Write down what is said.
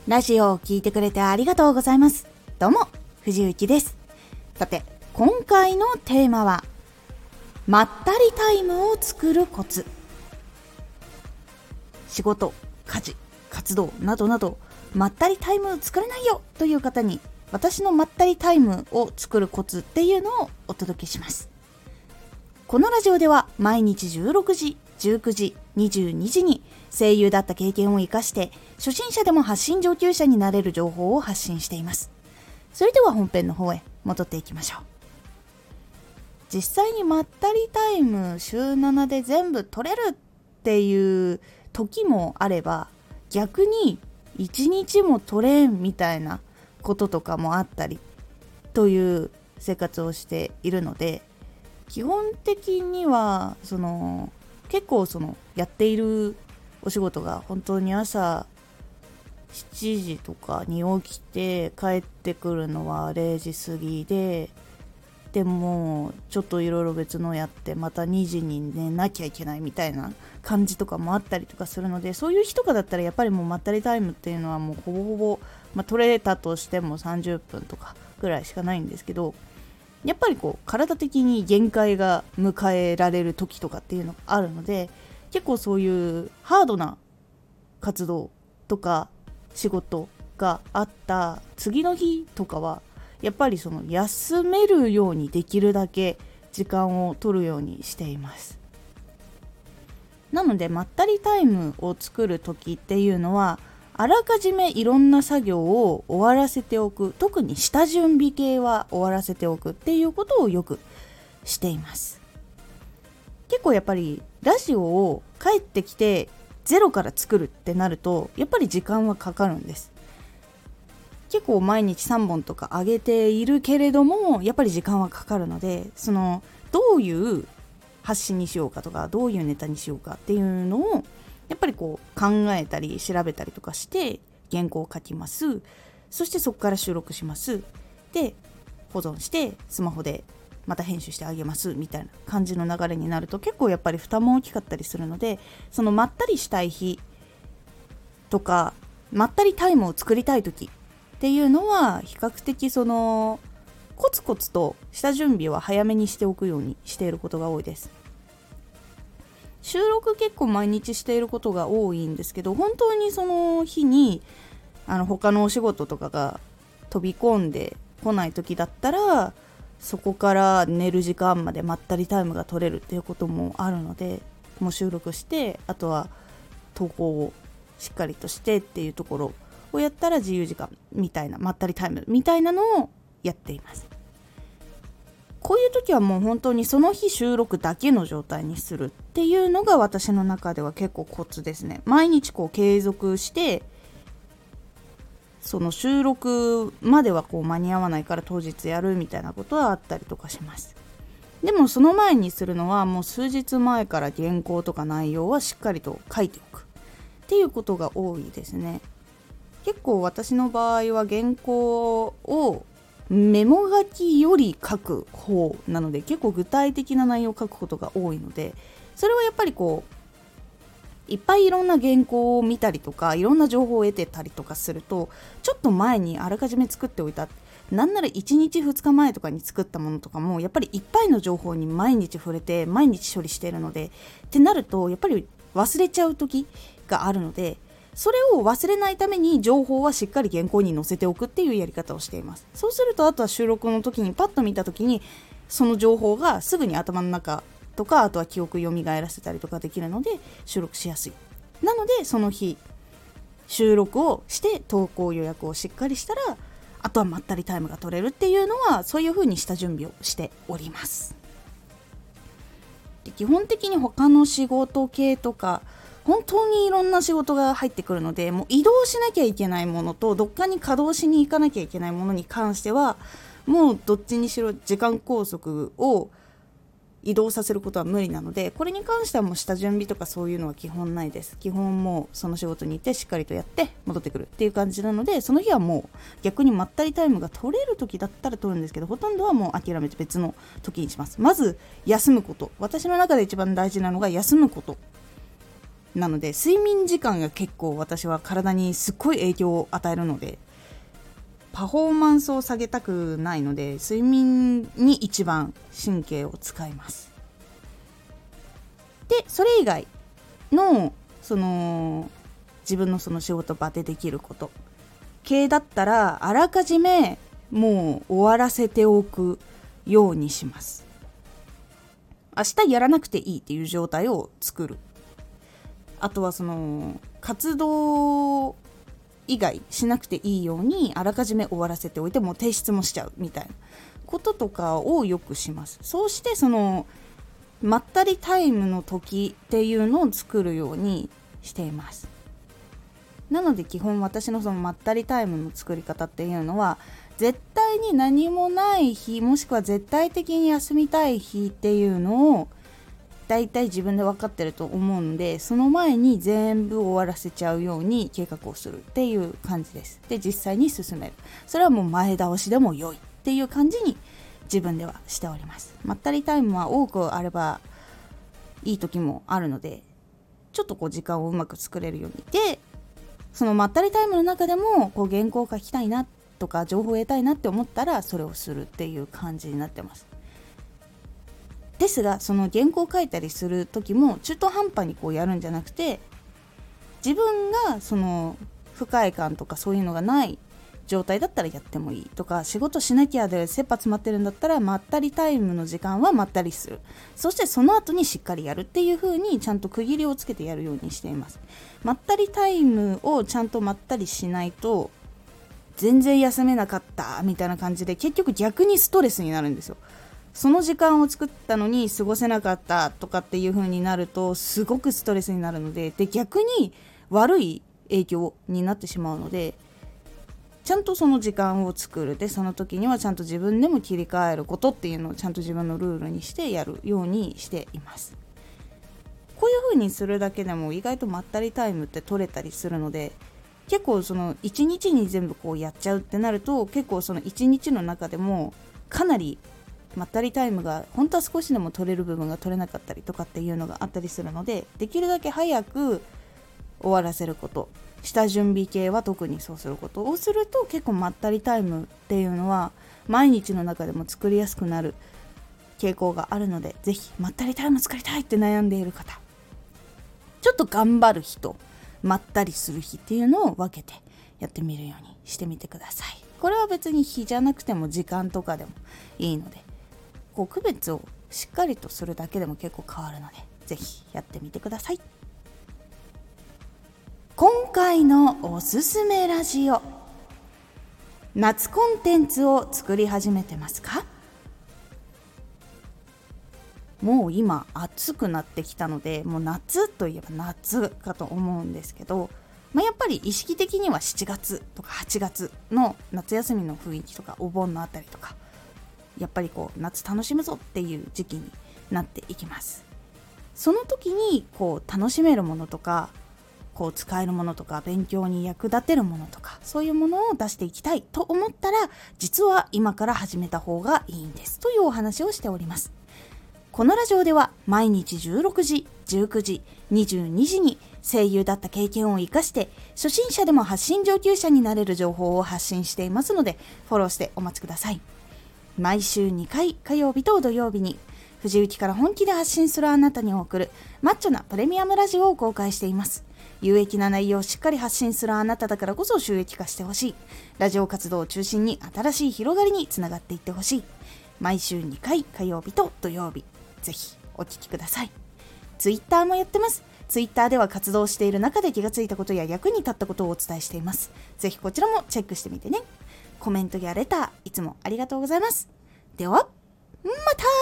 ラジオを聞いてくれてありがとうございます。どうも、藤幸です。さて、今回のテーマは、まったりタイムを作るコツ。仕事、家事、活動などなど、まったりタイム作れないよという方に、私のまったりタイムを作るコツっていうのをお届けします。このラジオでは毎日16時、19時、22時に声優だった経験を生かして初心者でも発信上級者になれる情報を発信しています。それでは本編の方へ戻っていきましょう。実際にまったりタイム週7で全部取れるっていう時もあれば、逆に1日も取れんみたいなこととかもあったりという生活をしているので、基本的には結構やっているお仕事が本当に朝7時とかに起きて帰ってくるのは0時過ぎでもちょっといろいろ別のやってまた2時に寝なきゃいけないみたいな感じとかもあったりとかするので、そういう日とかだったらやっぱりもうまったりタイムっていうのはもうほぼほぼ、取れたとしても30分とかぐらいしかないんですけど、やっぱり体的に限界が迎えられる時とかっていうのがあるので、結構そういうハードな活動とか仕事があった次の日とかはやっぱり休めるようにできるだけ時間を取るようにしています。なのでまったりタイムを作る時っていうのは、あらかじめいろんな作業を終わらせておく、特に下準備系は終わらせておくっていうことをよくしています。結構やっぱりラジオを帰ってきてゼロから作るってなるとやっぱり時間はかかるんです。結構毎日3本とか上げているけれどもやっぱり時間はかかるので、どういう発信にしようかとかどういうネタにしようかっていうのをやっぱり考えたり調べたりとかして原稿を書きます。そしてそこから収録します。で保存してスマホでまた編集してあげますみたいな感じの流れになると結構やっぱり負担も大きかったりするので、まったりしたい日とかまったりタイムを作りたい時っていうのは比較的コツコツと下準備は早めにしておくようにしていることが多いです。収録結構毎日していることが多いんですけど、本当にその日に他のお仕事とかが飛び込んでこない時だったら、そこから寝る時間までまったりタイムが取れるっていうこともあるので、もう収録してあとは投稿をしっかりとしてっていうところをやったら自由時間みたいなまったりタイムみたいなのをやっています。こういう時はもう本当にその日収録だけの状態にするっていうのが私の中では結構コツですね。毎日継続して収録までは間に合わないから当日やるみたいなことはあったりとかします。でもその前にするのはもう数日前から原稿とか内容はしっかりと書いておくっていうことが多いですね。結構私の場合は原稿をメモ書きより書く方なので、結構具体的な内容を書くことが多いので、それはやっぱりいっぱいいろんな原稿を見たりとかいろんな情報を得てたりとかすると、ちょっと前にあらかじめ作っておいた、なんなら1日2日前とかに作ったものとかもやっぱりいっぱいの情報に毎日触れて毎日処理しているのでってなると、やっぱり忘れちゃう時があるので、それを忘れないために情報はしっかり原稿に載せておくっていうやり方をしています。そうするとあとは収録の時にパッと見た時にその情報がすぐに頭の中とかあとは記憶蘇らせたりとかできるので収録しやすい。なのでその日収録をして投稿予約をしっかりしたら、あとはまったりタイムが取れるっていうのはそういう風にした準備をしております。で基本的に他の仕事系とか本当にいろんな仕事が入ってくるので、もう移動しなきゃいけないものとどっかに稼働しに行かなきゃいけないものに関してはもうどっちにしろ時間拘束を移動させることは無理なので、これに関してはもう下準備とかそういうのは基本ないです。基本もうその仕事に行ってしっかりとやって戻ってくるっていう感じなので、その日はもう逆にまったりタイムが取れる時だったら取るんですけど、ほとんどはもう諦めて別の時にします。まず休むこと、私の中で一番大事なのが休むことなので睡眠時間が結構私は体にすっごい影響を与えるので、パフォーマンスを下げたくないので睡眠に一番神経を使います。でそれ以外の自分のその仕事場でできること系だったら、あらかじめもう終わらせておくようにします。明日やらなくていいっていう状態を作る。あとは活動以外しなくていいようにあらかじめ終わらせておいて、もう提出もしちゃうみたいなこととかをよくします。そうしてまったりタイムの時っていうのを作るようにしています。なので基本私のまったりタイムの作り方っていうのは、絶対に何もない日、もしくは絶対的に休みたい日っていうのをだいたい自分で分かってると思うので、その前に全部終わらせちゃうように計画をするっていう感じです。で実際に進める、それはもう前倒しでも良いっていう感じに自分ではしております。まったりタイムは多くあればいい時もあるので、ちょっと時間をうまく作れるように。でそのまったりタイムの中でも原稿を書きたいなとか情報を得たいなって思ったらそれをするっていう感じになってます。ですがその原稿を書いたりする時も中途半端にやるんじゃなくて、自分が不快感とかそういうのがない状態だったらやってもいいとか、仕事しなきゃで切羽詰まってるんだったらまったりタイムの時間はまったりする、そしてその後にしっかりやるっていう風にちゃんと区切りをつけてやるようにしています。まったりタイムをちゃんとまったりしないと全然休めなかったみたいな感じで、結局逆にストレスになるんですよ。その時間を作ったのに過ごせなかったとかっていう風になるとすごくストレスになるので、逆に悪い影響になってしまうので、ちゃんとその時間を作る。でその時にはちゃんと自分でも切り替えることっていうのをちゃんと自分のルールにしてやるようにしています。こういう風にするだけでも意外とまったりタイムって取れたりするので、結構1日に全部やっちゃうってなると、結構1日の中でもかなりまったりタイムが本当は少しでも取れる部分が取れなかったりとかっていうのがあったりするので、できるだけ早く終わらせること、下準備系は特にそうすることをすると、結構まったりタイムっていうのは毎日の中でも作りやすくなる傾向があるので、ぜひまったりタイム作りたいって悩んでいる方、ちょっと頑張る日とまったりする日っていうのを分けてやってみるようにしてみてください。これは別に日じゃなくても時間とかでもいいので、区別をしっかりとするだけでも結構変わるので、ぜひやってみてください。今回のおすすめラジオ、夏コンテンツを作り始めてますか？もう今暑くなってきたので、もう夏といえば夏かと思うんですけど、やっぱり意識的には7月とか8月の夏休みの雰囲気とかお盆のあたりとか、やっぱり夏楽しむぞっていう時期になっていきます。その時に楽しめるものとか使えるものとか勉強に役立てるものとか、そういうものを出していきたいと思ったら、実は今から始めた方がいいんですというお話をしております。このラジオでは毎日16時、19時、22時に声優だった経験を生かして初心者でも発信上級者になれる情報を発信していますので、フォローしてお待ちください。毎週2回、火曜日と土曜日に藤雪から本気で発信するあなたに送るマッチョなプレミアムラジオを公開しています。有益な内容をしっかり発信するあなただからこそ収益化してほしい。ラジオ活動を中心に新しい広がりにつながっていってほしい。毎週2回、火曜日と土曜日、ぜひお聞きください。ツイッターもやってます。ツイッターでは活動している中で気がついたことや役に立ったことをお伝えしています。ぜひこちらもチェックしてみてね。コメントやレターいつもありがとうございます。ではまた。